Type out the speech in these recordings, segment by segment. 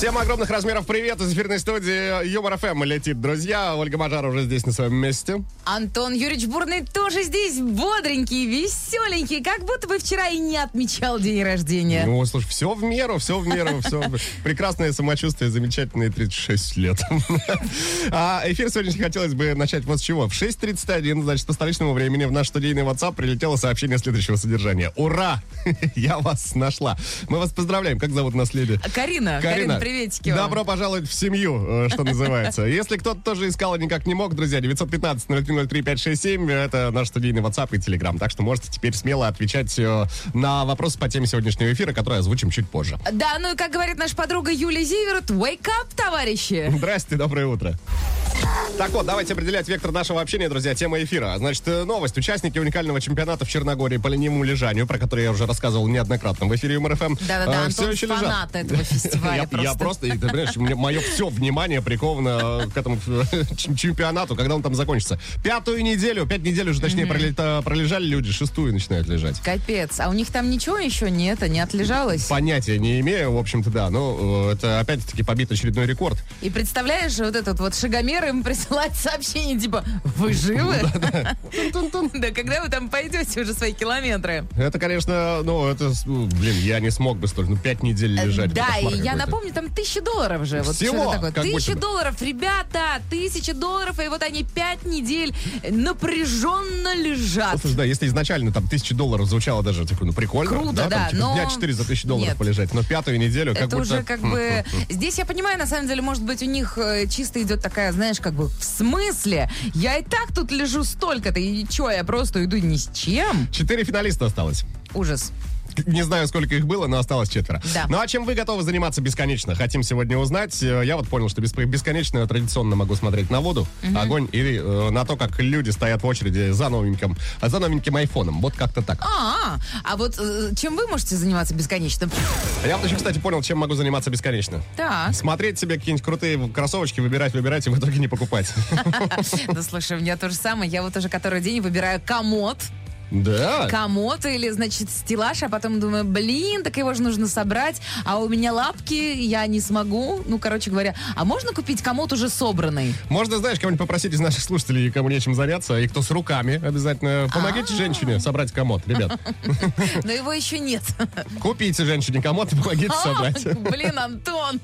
Всем огромных размеров привет из эфирной студии Юмор ФМ летит, друзья. Ольга Мажара уже здесь на своем месте. Антон Юрьевич Бурный тоже здесь, бодренький, веселенький, как будто бы вчера и не отмечал день рождения. Ну, слушай, все в меру. Все прекрасное самочувствие, замечательные 36 лет. А эфир сегодня хотелось бы начать вот с чего. В 6:31, значит, по столичному времени в наш студийный WhatsApp прилетело сообщение следующего содержания. Ура! Я вас нашла. Мы вас поздравляем. Как зовут нас леди? Карина, приветики вам. Добро пожаловать в семью, что называется. Если кто-то тоже искал и никак не мог, друзья, 915-0303-567, это наш студийный WhatsApp и Telegram. Так что можете теперь смело отвечать на вопросы по теме сегодняшнего эфира, которые озвучим чуть позже. Да, ну и как говорит наша подруга Юлия Зиверт, wake up, товарищи! Здрасте, доброе утро. Так вот, давайте определять вектор нашего общения, друзья, тема эфира. Значит, новость. Участники уникального чемпионата в Черногории по ленивому лежанию, про который я уже рассказывал неоднократно в эфире Юмор ФМ. Да-да-да, Антон фанат этого фестиваля. Я просто, ты понимаешь, мое все внимание приковано к этому чемпионату, когда он там закончится. 5 неделю уже, точнее, пролежали люди, 6-ю начинают лежать. Капец. А у них там ничего еще нет, не отлежалось? Понятия не имею, в общем-то, да. Но это опять-таки побит очередной рекорд. И представляешь, вот этот вот шагомер им присылать сообщение, типа, вы живы? Да, когда вы там пойдете уже свои километры? Это, конечно, я не смог бы столько, 5 недель лежать. Да, и я напомню, там $1000 же. Всего? $1000, ребята, $1000, и вот они 5 недель напряженно лежат. Слушай, да, если изначально там $1000 звучало даже, прикольно. Круто, да, но... Дня 4 за $1000 полежать, но 5-ю неделю как это будто... уже как бы... Здесь я понимаю, на самом деле, может быть, у них чисто идет такая, знаешь, как бы, в смысле? Я и так тут лежу столько-то, и что, я просто иду ни с чем? 4 финалиста осталось. Ужас. Не знаю, сколько их было, но осталось 4. Да. Ну а чем вы готовы заниматься бесконечно? Хотим сегодня узнать. Я вот понял, что бесконечно традиционно могу смотреть на воду, огонь и на то, как люди стоят в очереди за новеньким айфоном. Вот как-то так. А вот чем вы можете заниматься бесконечно? Я вот еще, кстати, понял, чем могу заниматься бесконечно. Так. Смотреть себе какие-нибудь крутые кроссовочки, выбирать и в итоге не покупать. Ну, слушай, у меня то же самое. Я вот уже который день выбираю комод. Да? Комод или, значит, стеллаж, а потом думаю, так его же нужно собрать, а у меня лапки, я не смогу. Ну, короче говоря, а можно купить комод уже собранный? Можно, знаешь, кого-нибудь попросить из наших слушателей, кому нечем заняться, и кто с руками обязательно. Помогите женщине собрать комод, ребят. Но его еще нет. Купите женщине комод и помогите собрать. Блин, Антон.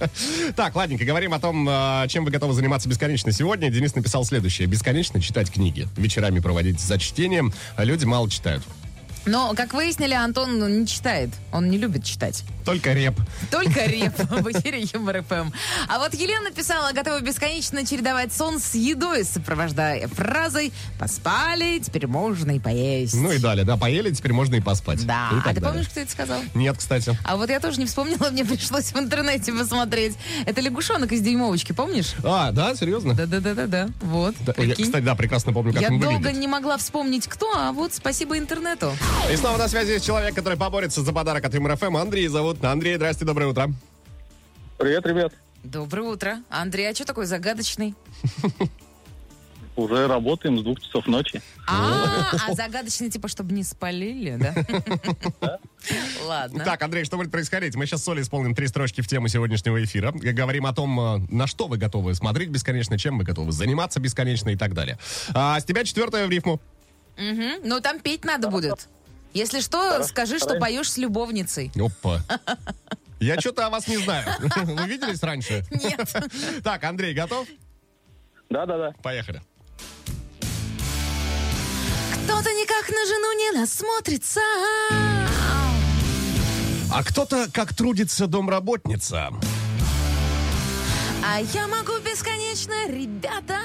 Так, ладненько, говорим о том, чем вы готовы заниматься бесконечно сегодня. Денис написал следующее. Бесконечно читать книги. Вечерами проводить за чтением. Люди мало читают. Но, как выяснили, Антон не читает. Он не любит читать. Только реп. Только реп в эфире Юмор ФМ. А вот Елена писала, готова бесконечно чередовать сон с едой, сопровождая фразой «поспали, теперь можно и поесть». Ну и далее, да, поели, теперь можно и поспать. Да, и а ты помнишь, кто это сказал? Нет, кстати. А вот я тоже не вспомнила, мне пришлось в интернете посмотреть. Это лягушонок из «Дюймовочки», помнишь? А, да, серьезно? Да, вот. Да, я, кстати, да, прекрасно помню, как я он выглядит. долго не могла вспомнить, кто, а вот спасибо интернету. И снова на связи есть человек, который поборется за подарок от Юмор ФМ. Андрей зовут. Андрей, здрасте, доброе утро. Привет, ребят. Доброе утро. Андрей, а что такой загадочный? Уже работаем с 2 часов ночи. А загадочный, типа, чтобы не спалили, да? Ладно. Так, Андрей, что будет происходить? Мы сейчас с Олей исполним 3 строчки в тему сегодняшнего эфира. Говорим о том, на что вы готовы смотреть бесконечно, чем вы готовы заниматься бесконечно и так далее. А с тебя 4-я в рифму. Ну, там петь надо будет. Если что, скажи, что поешь с любовницей. Опа. Я что-то о вас не знаю. Вы виделись раньше? Нет. Так, Андрей, готов? Да. Поехали. Кто-то никак на жену не насмотрится. А кто-то как трудится домработница. А я могу бесконечно, ребята.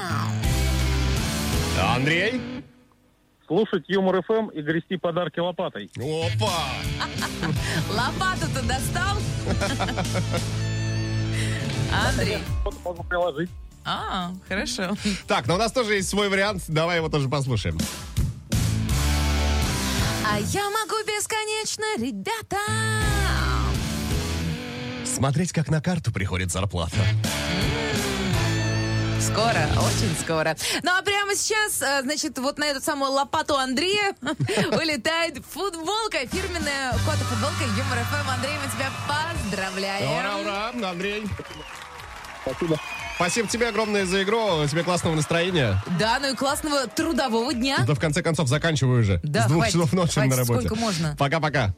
Андрей? Слушать Юмор ФМ и грести подарки лопатой. Опа! Лопату-то достал? Андрей. Что-то могу приложить. Хорошо. Так, но у нас тоже есть свой вариант. Давай его тоже послушаем. А я могу бесконечно, ребята. Смотреть, как на карту приходит зарплата. Скоро, очень скоро. Ну а прямо сейчас, значит, вот на эту самую лопату Андрея улетает футболка. Фирменная кота-футболка Юмор ФМ. Андрей, мы тебя поздравляем. Ура, ура, Андрей. Спасибо. Спасибо тебе огромное за игру. Тебе классного настроения. Да, ну и классного трудового дня. Да в конце концов заканчиваю уже. Да, С 2 хватит, часов ночи хватит, на работе. сколько можно. Пока-пока.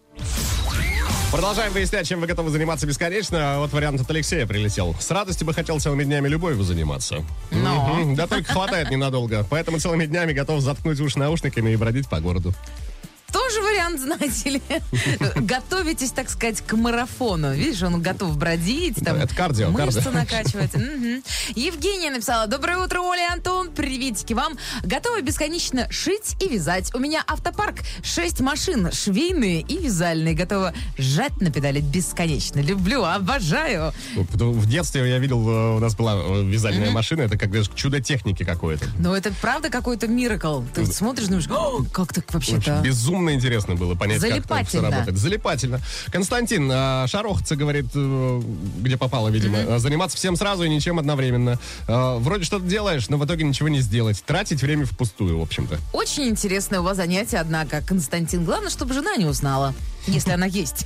Продолжаем выяснять, чем вы готовы заниматься бесконечно. Вот вариант от Алексея прилетел. С радостью бы хотел целыми днями любовью заниматься. Но. Мгм. Да только хватает ненадолго. Поэтому целыми днями готов заткнуть уши наушниками и бродить по городу. Тоже вариант, знаете ли. Готовитесь, так сказать, к марафону. Видишь, он готов бродить, там, Это кардио, мышцы кардио. накачивать. Мгм. Евгения написала: доброе утро, Оля и Антон. Приветики вам. Готова бесконечно шить и вязать. У меня автопарк, 6 машин, швейные и вязальные. Готова сжать на педали бесконечно. Люблю, обожаю. В детстве я видел, у нас была вязальная машина. Это как даже чудо техники какое-то. Но это правда какой-то миракл. Ты смотришь, думаешь, как так вообще-то? Безумно интересно было понять, как это все Залипательно. работает. Залипательно. Константин, шарохаться, говорит, где попало, видимо. Заниматься всем сразу и ничем одновременно. Вроде что-то делаешь, но в итоге ничего не сделать. Тратить время впустую, в общем-то. Очень интересное у вас занятие, однако, Константин. Главное, чтобы жена не узнала, если она есть.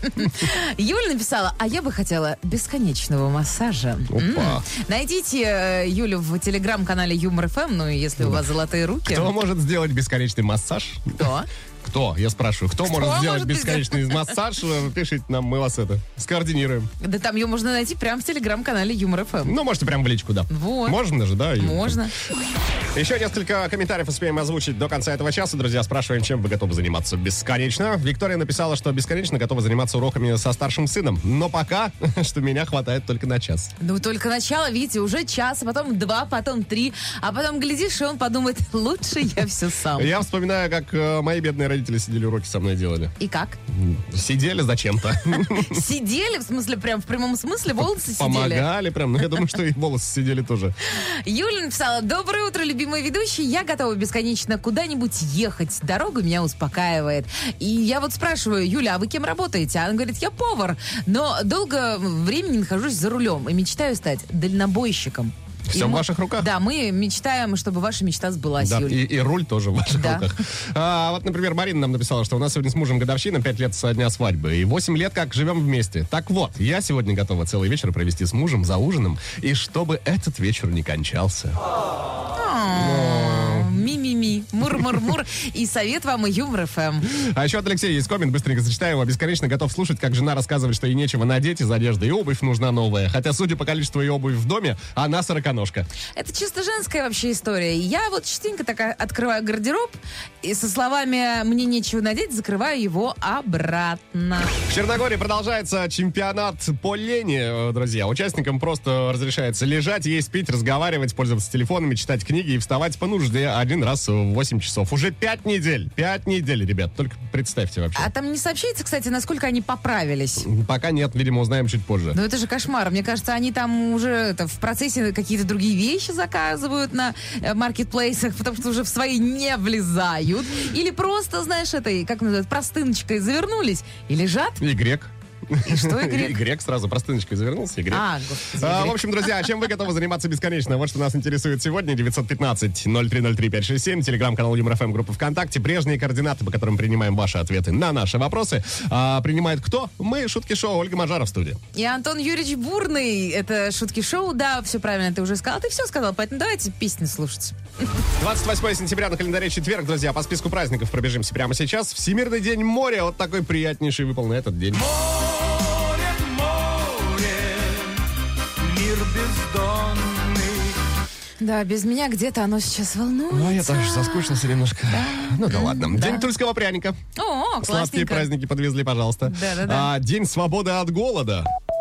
Юля написала: а я бы хотела бесконечного массажа. Опа. Найдите Юлю в телеграм-канале Юмор ФМ, ну и если у вас золотые руки. Кто может сделать бесконечный массаж? Кто? Кто? Я спрашиваю, кто может сделать может бесконечный массаж? Пишите нам, мы вас это скоординируем. Да там ее можно найти прямо в телеграм-канале Юмор ФМ. Ну, можете прям в личку, да. Вот. Можно же, да? Юль? Можно. Еще несколько комментариев успеем озвучить до конца этого часа. Друзья, спрашиваем, чем вы готовы заниматься бесконечно. Виктория написала, что бесконечно готова заниматься уроками со старшим сыном. Но пока, что меня хватает только на час. Ну, только начало, видите, уже час, а потом 2, потом 3, а потом, глядишь, и он подумает: лучше я все сам. Я вспоминаю, как мои бедные родители сидели, уроки со мной делали. И как? Сидели зачем-то. Сидели, в смысле, прям в прямом смысле, волосы сидели? Помогали прям. Ну, я думаю, что и волосы сидели тоже. Юля написала: доброе утро, любимый ведущий. Я готова бесконечно куда-нибудь ехать. Дорога меня успокаивает. И я вот спрашиваю: Юля, а вы кем работаете? Она говорит: я повар, но долго времени нахожусь за рулем и мечтаю стать дальнобойщиком. Все И в мы- ваших руках? Да, мы мечтаем, чтобы ваша мечта сбылась, Да, Юль. и руль тоже в ваших Да. руках. Вот, например, Марина нам написала, что у нас сегодня с мужем годовщина, 5 лет со дня свадьбы, и 8 лет как живем вместе. Так вот, я сегодня готова целый вечер провести с мужем за ужином, и чтобы этот вечер не кончался. Ми-ми-ми, мур-мур-мур. И совет вам и Юмор ФМ. А еще от Алексея есть коммент, быстренько зачитаю его. Бесконечно готов слушать, как жена рассказывает, что ей нечего надеть из одежды, и обувь нужна новая. Хотя, судя по количеству ее обуви в доме, она сороконожка. Это чисто женская вообще история. Я вот частенько так открываю гардероб и со словами «мне нечего надеть» закрываю его обратно. В Черногории продолжается чемпионат по лени, друзья. Участникам просто разрешается лежать, есть, пить, разговаривать, пользоваться телефонами, читать книги и вставать по нужде один раз в 8 часов. Уже 5 недель. 5 недель, ребят. Только представьте вообще. А там не сообщается, кстати, насколько они поправились? Пока нет, видимо, узнаем чуть позже. Ну это же кошмар. Мне кажется, они там уже в процессе какие-то другие вещи заказывают на маркетплейсах, потому что уже в свои не влезают. Или просто, знаешь, этой, как называют, простыночкой завернулись и лежат. И грек. И что и грек? И грек сразу простыночкой завернулся, и грек. Господи, В грек. общем, друзья, чем вы готовы заниматься бесконечно? Вот что нас интересует сегодня. 915-0303-567, телеграм-канал Юмор ФМ, группа ВКонтакте. Прежние координаты, по которым принимаем ваши ответы на наши вопросы. Принимает кто? Мы, Шутки Шоу, Ольга Мажара в студии. И Антон Юрьевич Бурный. Это Шутки Шоу. Да, все правильно ты уже сказал. Ты все сказал, поэтому давайте песни слушать. 28 сентября на календаре четверг, друзья. По списку праздников пробежимся прямо сейчас. Всемирный день моря. Вот такой приятнейший выпал на этот день. Мир бездонный. Да, без меня где-то оно сейчас волнуется. Ну, я тоже соскучился немножко. Ну да ладно. Да. День тульского пряника. О, Сладкие классненько. праздники подвезли, пожалуйста. Да-да-да. День свободы от голода.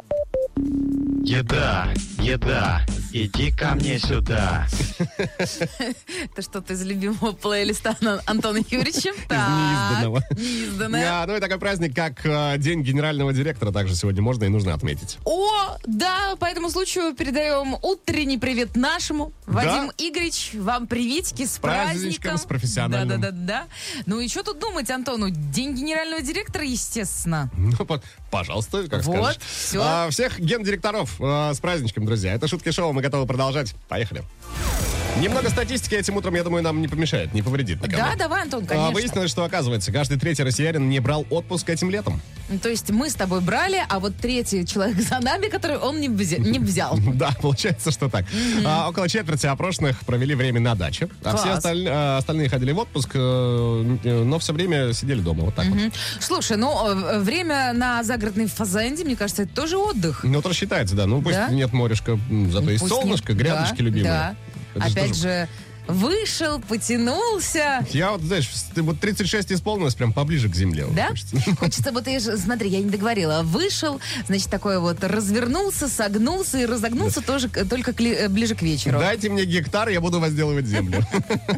Еда, еда, иди ко мне сюда. Это что-то из любимого плейлиста Антона Юрьевича. неизданного. Неизданное. Ну и такой праздник, как День генерального директора, также сегодня можно и нужно отметить. О, да, по этому случаю передаем утренний привет нашему. Вадим Игоревич, вам приветики с праздником. С профессиональным. Да. Ну и что тут думать, Антону? День генерального директора, естественно. Ну, пожалуйста, как Вот, скажешь. всё. Всех гендиректоров с праздничком, друзья. Это Шутки Шоу, мы готовы продолжать. Поехали. Немного статистики этим утром, я думаю, нам не помешает, не повредит никому. Да, давай, Антон, конечно. Выяснилось, что, оказывается, каждый третий россиянин не брал отпуск этим летом. То есть мы с тобой брали, а вот третий человек за нами, который он не взял. Да, получается, что так. Около четверти опрошенных провели время на даче, а все остальные ходили в отпуск, но все время сидели дома. Вот так вот. Слушай, время на загородной фазенде, мне кажется, это тоже отдых. Ну, это считается, да. Ну, пусть нет морешка, зато есть солнышко, грядочки любимые. Да. Опять же, вышел, потянулся. Я вот, знаешь, вот 36 исполнилось, прям поближе к земле. Да? Хочется, вот смотри, я не договорила. Вышел, значит, такой вот развернулся, согнулся и разогнулся тоже только ближе к вечеру. Дайте мне гектар, я буду возделывать землю.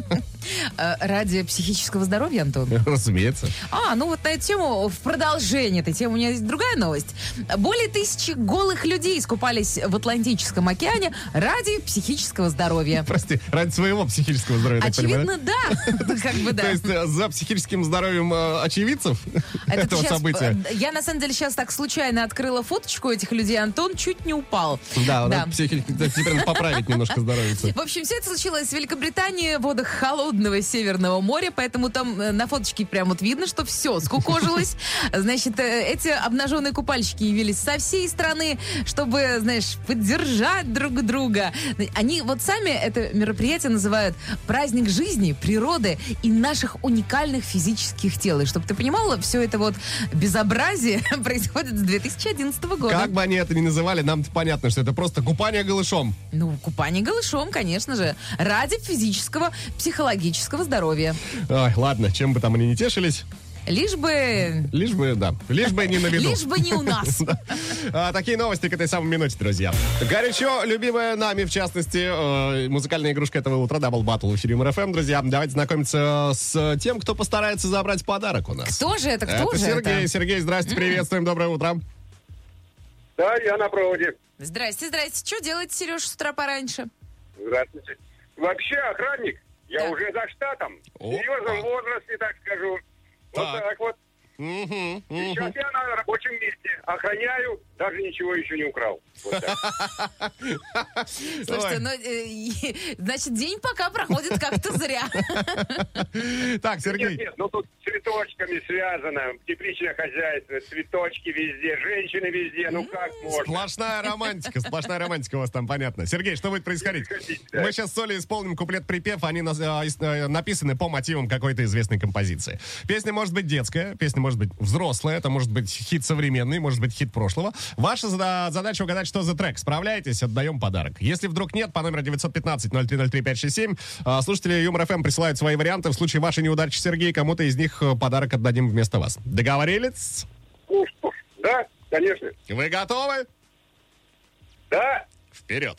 Ради психического здоровья, Антон? Разумеется. Ну вот на эту тему, в продолжение этой темы у меня есть другая новость. Более 1000 голых людей искупались в Атлантическом океане ради психического здоровья. Прости, ради своего психического здоровья, так понимаю? Очевидно, да. Как бы да. То есть за психическим здоровьем очевидцев этого события? Я, на самом деле, сейчас так случайно открыла фоточку этих людей. Антон чуть не упал. Да. Теперь поправить немножко здоровье. В общем, все это случилось в Великобритании, в водах холодного Северного моря, поэтому там на фоточке прям вот видно, что все скукожилось. Значит, эти обнаженные купальщики явились со всей страны, чтобы, знаешь, поддержать друг друга. Они вот сами это мероприятие называют праздник жизни, природы и наших уникальных физических тел. И чтобы ты понимала, все это вот безобразие происходит с 2011 года. Как бы они это ни называли, нам-то понятно, что это просто купание голышом. Ну, купание голышом, конечно же. Ради физического, психологического здоровья. Ой, ладно, чем бы там они ни тешились. Лишь бы... Лишь бы не на виду. Лишь бы не у нас. Такие новости к этой самой минуте, друзья. Горячо, любимая нами, в частности, музыкальная игрушка этого утра, Double Battle в эфире МРФМ, друзья. Давайте знакомиться с тем, кто постарается забрать подарок у нас. Кто же это? Кто же Сергей. это? Сергей, здрасте, приветствуем, доброе утро. Да, я на проводе. Здрасте. Что делаете, Сереж, с утра пораньше? Здравствуйте. Вообще охранник. Я Так. уже за штатом. В Опа. серьезном возрасте, так скажу. Вот Так. так вот. Сейчас я на рабочем месте. Охраняю, даже ничего еще не украл. Вот так. Слушайте, значит, день пока проходит как-то зря. Так, Сергей. Нет, ну тут с цветочками связано. Тепличное хозяйство, цветочки везде, женщины везде. Ну как можно? Сплошная романтика у вас там, понятно. Сергей, что будет происходить? Да. Мы сейчас с Олей исполним куплет-припев, они написаны по мотивам какой-то известной композиции. Песня может быть детская, песня может быть взрослая, это может быть хит современный, может быть хит прошлого. Ваша задача угадать, что за трек. Справляетесь, отдаем подарок. Если вдруг нет, по номеру 915-0303-567 слушатели Юмор ФМ присылают свои варианты. В случае вашей неудачи, Сергей, кому-то из них подарок отдадим вместо вас. Договорились? Да, конечно. Вы готовы? Да. Вперед!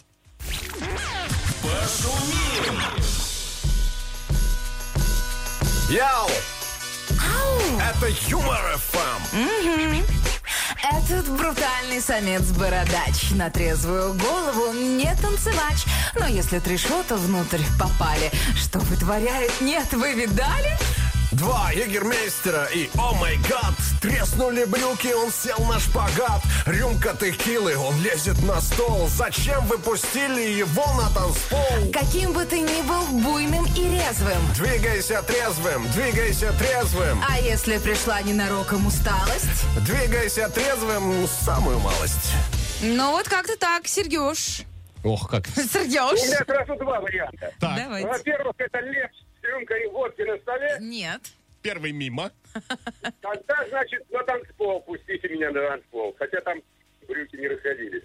Яу! Это Юмор ФМ! Этот брутальный самец-бородач на трезвую голову не танцевач. Но если 3 шота внутрь попали, что вытворяет, нет, вы видали? 2 егермейстера и, о май гад, треснули брюки, он сел на шпагат. Рюмка текилы, он лезет на стол. Зачем вы пустили его на танцпол? Каким бы ты ни был буйным и резвым. Двигайся трезвым, двигайся трезвым. А если пришла ненароком усталость? Двигайся трезвым, самую малость. Ну вот как-то так, Сергеж. Ох, как. У Сергеж. меня сразу 2 варианта. Так, Давайте. Во-первых, это лепс с рюмкой водки на столе. Нет. первый мимо. Тогда, значит, на танцпол. Пустите меня на танцпол. Хотя там брюки не расходились.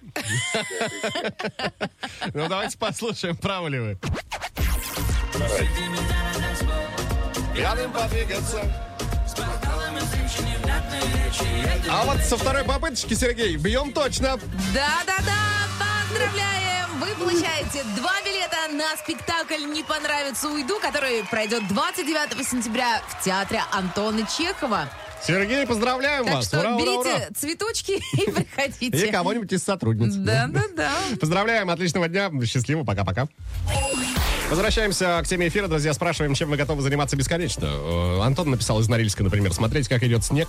Ну, давайте послушаем, правы ли вы. Пьяным подвигаться. А вот со второй попыточки, Сергей, бьем точно. Да-да-да, поздравляем! Вы получаете 2 билета на спектакль «Не понравится, уйду», который пройдет 29 сентября в театре Антона Чехова. Сергей, поздравляем Так вас. что Ура, ура, берите ура. цветочки и приходите. И кого-нибудь из сотрудниц. Да-да-да. Поздравляем, отличного дня, счастливо, пока-пока. Возвращаемся к теме эфира, друзья. Спрашиваем, чем вы готовы заниматься бесконечно. Антон написал из Норильска, например, смотреть, как идет снег.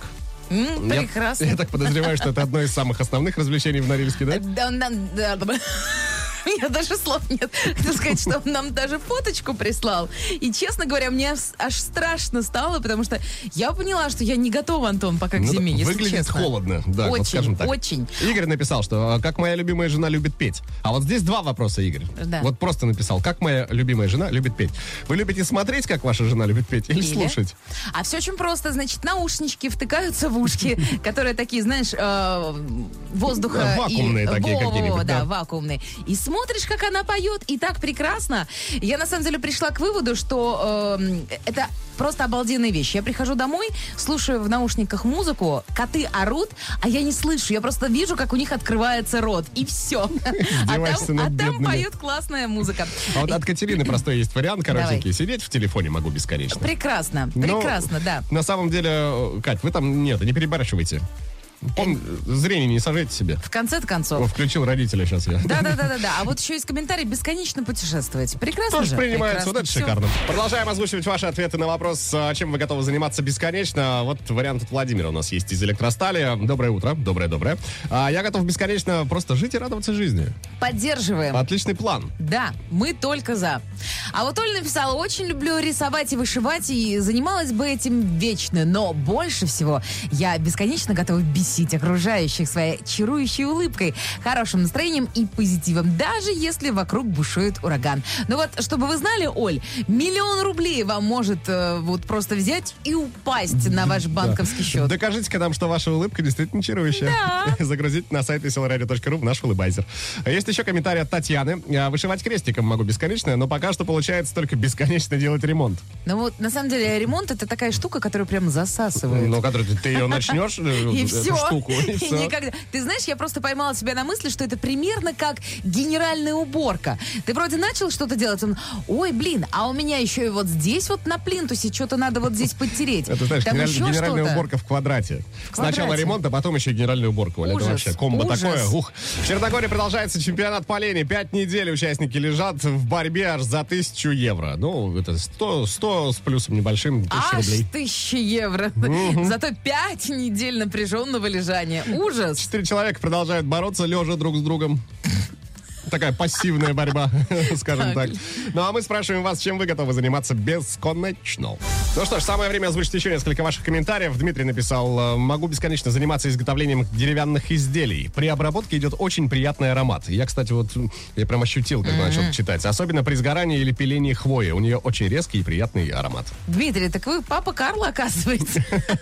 Прекрасно. Я так подозреваю, что это одно из самых основных развлечений в Норильске, да? Да. У меня даже слов нет. Хотел сказать, что он нам даже фоточку прислал. И, честно говоря, мне аж страшно стало, потому что я поняла, что я не готова, Антон, пока к зиме, если выглядит честно. холодно, да, Очень, вот скажем так. очень. Игорь написал, что как моя любимая жена любит петь. А вот здесь два вопроса, Игорь. Да. Вот просто написал, как моя любимая жена любит петь. Вы любите смотреть, как ваша жена любит петь, или слушать? А все очень просто. Значит, наушнички втыкаются в ушки, которые такие, знаешь, воздуха... Да, вакуумные такие какие-нибудь, да, да. вакуумные. И смотришь, как она поет, и так прекрасно. Я, на самом деле, пришла к выводу, что это просто обалденная вещь. Я прихожу домой, слушаю в наушниках музыку, коты орут, а я не слышу. Я просто вижу, как у них открывается рот. И все. Издеваешься над А там бедными. поет классная музыка. А вот от Катерины простой есть вариант, коротенький. Давай. Сидеть в телефоне могу бесконечно. Прекрасно, Но прекрасно, да. На самом деле, Кать, вы там, нет, не перебарщивайте. Зрение не сажайте себе. В конце-то концов. Включил родителя сейчас я. Да. А вот еще из комментариев бесконечно путешествовать. Прекрасно Тоже же? принимается, Прекрасно. вот это Всё. шикарно. Продолжаем озвучивать ваши ответы на вопрос, чем вы готовы заниматься бесконечно. Вот вариант от Владимира у нас есть из Электростали. Доброе утро, доброе. Я готов бесконечно просто жить и радоваться жизни. Поддерживаем. Отличный план. Да, мы только за. А вот Оля написала, очень люблю рисовать и вышивать, и занималась бы этим вечно, но больше всего я бесконечно готова бесить окружающих своей чарующей улыбкой, хорошим настроением и позитивом, даже если вокруг бушует ураган. Ну вот, чтобы вы знали, Оль, 1 000 000 рублей вам может вот просто взять и упасть на ваш банковский счет. Докажите-ка нам, что ваша улыбка действительно чарующая. Да. Загрузите на сайт веселорадио.ру в наш улыбайзер. Есть еще комментарий от Татьяны. Вышивать крестиком могу бесконечно, но пока что получается только бесконечно делать ремонт. Ну вот, на самом деле, ремонт — это такая штука, которая прям засасывает. Ну, который ты ее начнешь, И эту все. штуку, и все. Никогда. Ты знаешь, я просто поймала себя на мысли, что это примерно как генеральная уборка. Ты вроде начал что-то делать, ой, блин, а у меня еще и вот здесь вот на плинтусе что-то надо вот здесь подтереть. Это, знаешь, Там еще генеральная что-то. уборка в квадрате. квадрате. Сначала ремонт, а потом еще и генеральная уборка. Оля, это Ужас, вообще комбо ужас. такое. Ух. В Черногории продолжается чемпионат по лени. 5 недель участники лежат в борьбе аж за 1000 евро. Ну, это 100 с плюсом небольшим, 1000 Аж рублей. 1000 евро. Зато 5 недель напряженного лежания. Ужас. 4 человека продолжают бороться, лежа друг с другом. Такая пассивная борьба, скажем так. Ну, а мы спрашиваем вас, чем вы готовы заниматься бесконечно. Ну что ж, самое время озвучить еще несколько ваших комментариев. Дмитрий написал, могу бесконечно заниматься изготовлением деревянных изделий. При обработке идет очень приятный аромат. Я, кстати, вот, я прям ощутил, когда начал читать. Особенно при сгорании или пилении хвои. У нее очень резкий и приятный аромат. Дмитрий, так вы папа Карла, оказывается.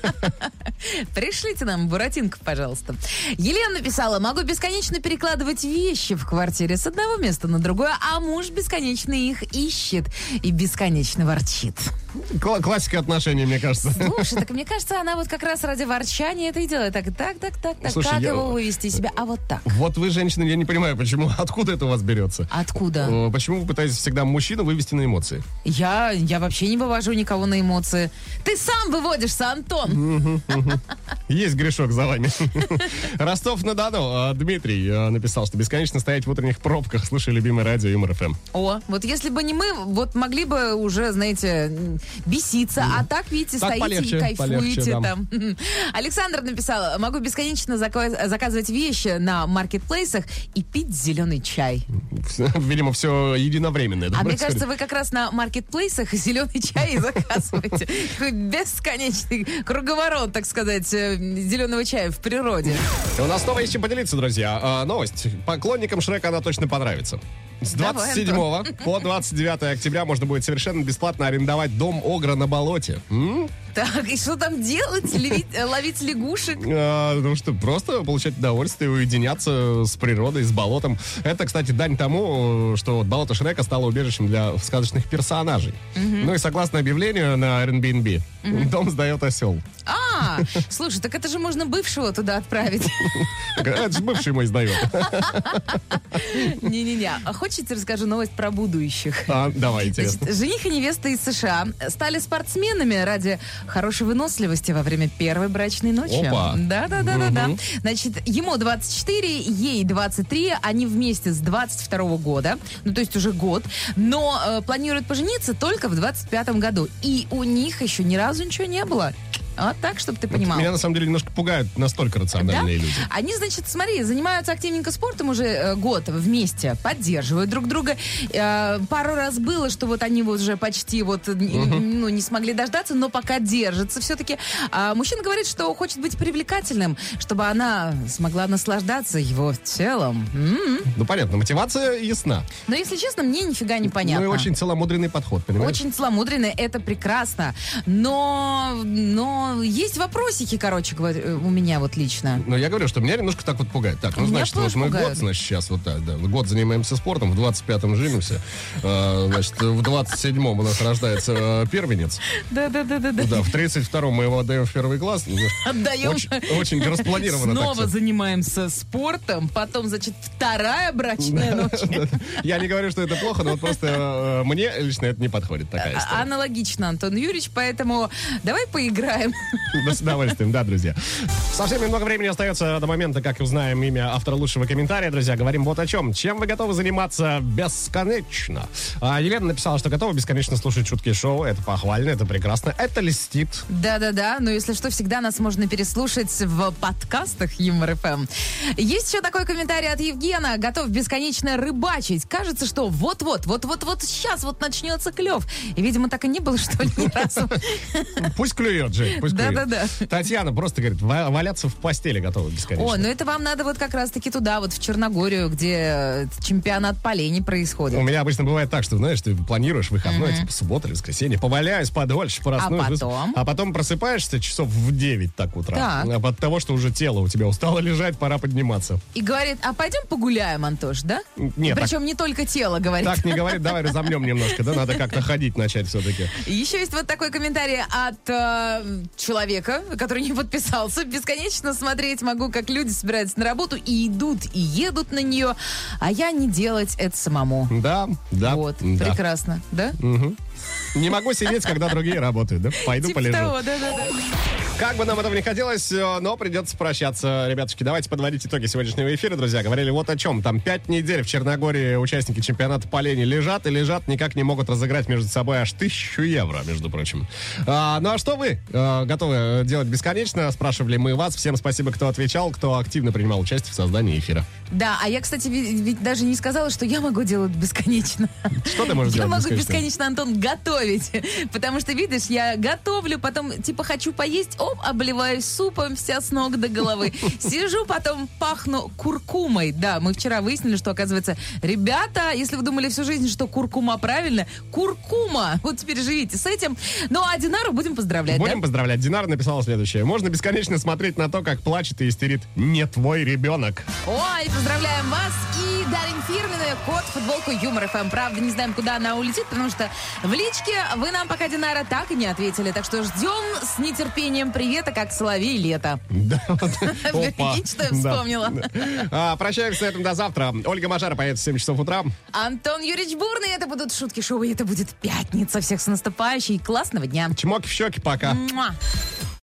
Пришлите нам буратинку, пожалуйста. Елена написала, могу бесконечно перекладывать вещи в квартире с одного места на другое, а муж бесконечно их ищет и бесконечно ворчит. Классика отношений, мне кажется. Слушай, так мне кажется, она вот как раз ради ворчания это и делает. Так, Слушай, как я- его вывести из себя? А вот так. Вот вы, женщины, я не понимаю, почему, откуда это у вас берется? Откуда? Почему вы пытаетесь всегда мужчину вывести на эмоции? Я вообще не вывожу никого на эмоции. Ты сам выводишься, Антон. Есть грешок за вами. Ростов-на-Дону. Дмитрий написал, что бесконечно стоять в утренних пробках, слушая любимое радио Юмор ФМ. О, вот если бы не мы, вот могли бы уже, знаете, беситься. А так, видите, Так стоите полегче, и кайфуете полегче, да. там. Александр написал, могу бесконечно заказывать вещи на маркетплейсах и пить зеленый чай. Видимо, все единовременное. да, А мне происходит? кажется, вы как раз на маркетплейсах зеленый чай и заказываете. Такой бесконечный круговорот, так сказать, зеленого чая в природе. И у нас снова есть чем поделиться, друзья. Новость. Поклонникам Шрека она точно понравится. С Давай, 27 по 29 октября можно будет совершенно бесплатно арендовать дом Огра на болоте. Так, и что там делать? Ловить лягушек? Ну что, просто получать удовольствие, уединяться с природой, с болотом. Это, кстати, дань тому, что вот болото Шрека стало убежищем для сказочных персонажей. Ну и согласно объявлению на Airbnb, дом сдает осел. Слушай, так это же можно бывшего туда отправить. Это же бывший мой сдает. Не-не-не. А хочете, расскажу новость про будущих? Давай, интересно. Значит, жених и невеста из США стали спортсменами ради хорошей выносливости во время первой брачной ночи. Опа. Да. Значит, ему 24, ей 23, они вместе с 22 года, ну то есть уже год, но планируют пожениться только в 25 году. И у них еще ни разу ничего не было. Вот так, чтобы ты понимал. Меня, на самом деле, немножко пугают настолько рациональные люди. Они, значит, смотри, занимаются активненько спортом уже год вместе, поддерживают друг друга. Пару раз было, что вот они вот уже почти вот, ну, не смогли дождаться, но пока держатся все-таки. А мужчина говорит, что хочет быть привлекательным, чтобы она смогла наслаждаться его телом. Ну, понятно, мотивация ясна. Но, если честно, мне нифига не понятно. Ну, и очень целомудренный подход, понимаешь? Очень целомудренно, это прекрасно. Но есть вопросики, короче говоря, у меня вот лично. Но я говорю, что меня немножко так вот пугает. Так, ну, Меня значит, вот тоже мы пугает. год, значит, сейчас вот так, да. Год занимаемся спортом, в 25-м женимся. Значит, в 27-м у нас рождается первенец. Да. Да, в 32-м мы его отдаем в первый класс. Отдаем. Очень распланировано. Снова так всё. занимаемся спортом, потом, значит, вторая брачная ночь. Я не говорю, что это плохо, но вот просто мне лично это не подходит, такая история. Аналогично, Антон Юрьевич, поэтому давай поиграем. С удовольствием, да, друзья. Совсем немного времени остается до момента, как узнаем имя автора лучшего комментария, друзья. Говорим вот о чем. Чем вы готовы заниматься бесконечно? Елена написала, что готова бесконечно слушать шутки шоу. Это похвально, это прекрасно, это льстит. Да, но если что, всегда нас можно переслушать в подкастах Юмор ФМ. Есть еще такой комментарий от Евгена. Готов бесконечно рыбачить. Кажется, что вот-вот сейчас вот начнется клев. И, видимо, так и не было, что ли, ни разу. Пусть клюет, Жень, пусть клюет. Да. Татьяна просто говорит, валяться в постели готова бесконечно. О, ну это вам надо вот как раз-таки туда, вот в Черногорию, где чемпионат по лени происходит. У меня обычно бывает так, что, знаешь, ты планируешь выходной, типа суббота или воскресенье, поваляюсь подольше, проснусь. А потом просыпаешься часов в 9 так утра. Так. От того, что уже тело у тебя устало лежать, пора подниматься. И говорит, а пойдем погуляем, Антош, да? Нет, Причем не только тело, говорит. так не говорит, давай разомнем немножко, да, надо как-то ходить начать все-таки. Еще есть вот такой комментарий от человека, который не подписался. Бесконечно смотреть могу, как люди собираются на работу и идут, и едут на нее, а я не делать это самому. Да. Вот, да. прекрасно, да? Не могу сидеть, когда другие работают, да? Пойду Типа полежу. того, да. Как бы нам этого не хотелось, но придется прощаться. Ребятушки, давайте подводить итоги сегодняшнего эфира, друзья. Говорили вот о чем. Там 5 недель в Черногории участники чемпионата по лени лежат, никак не могут разыграть между собой аж 1000 евро, между прочим. Ну а что вы готовы делать бесконечно? Спрашивали мы вас. Всем спасибо, кто отвечал, кто активно принимал участие в создании эфира. Да, а я, кстати, ведь даже не сказала, что я могу делать бесконечно. Что ты можешь Я делать могу бесконечно, Антон, готовить. Потому что, видишь, я готовлю, потом, типа, хочу поесть, обливаюсь супом вся с ног до головы. Сижу, потом пахну куркумой. Да, мы вчера выяснили, что, оказывается, ребята, если вы думали всю жизнь, что куркума правильно, куркума. Вот теперь живите с этим. Ну, а Динару будем поздравлять, Будем поздравлять. Динара написала следующее. Можно бесконечно смотреть на то, как плачет и истерит не твой ребенок. Ой, поздравляем вас и дарим фирменную футболку Юмор ФМ. Правда, не знаем, куда она улетит, потому что в личке вы нам пока, Динара, так и не ответили. Так что ждем с нетерпением привета, как соловей лето. Да, Прикинь, что я вспомнила. Прощаемся на этом до завтра. Ольга Мажара поедет в 7 часов утра. Антон Юрьевич Бурный. Это будут шутки шоу, и это будет пятница. Всех с наступающей. Классного дня. Чмоки в щеки, пока. Муа.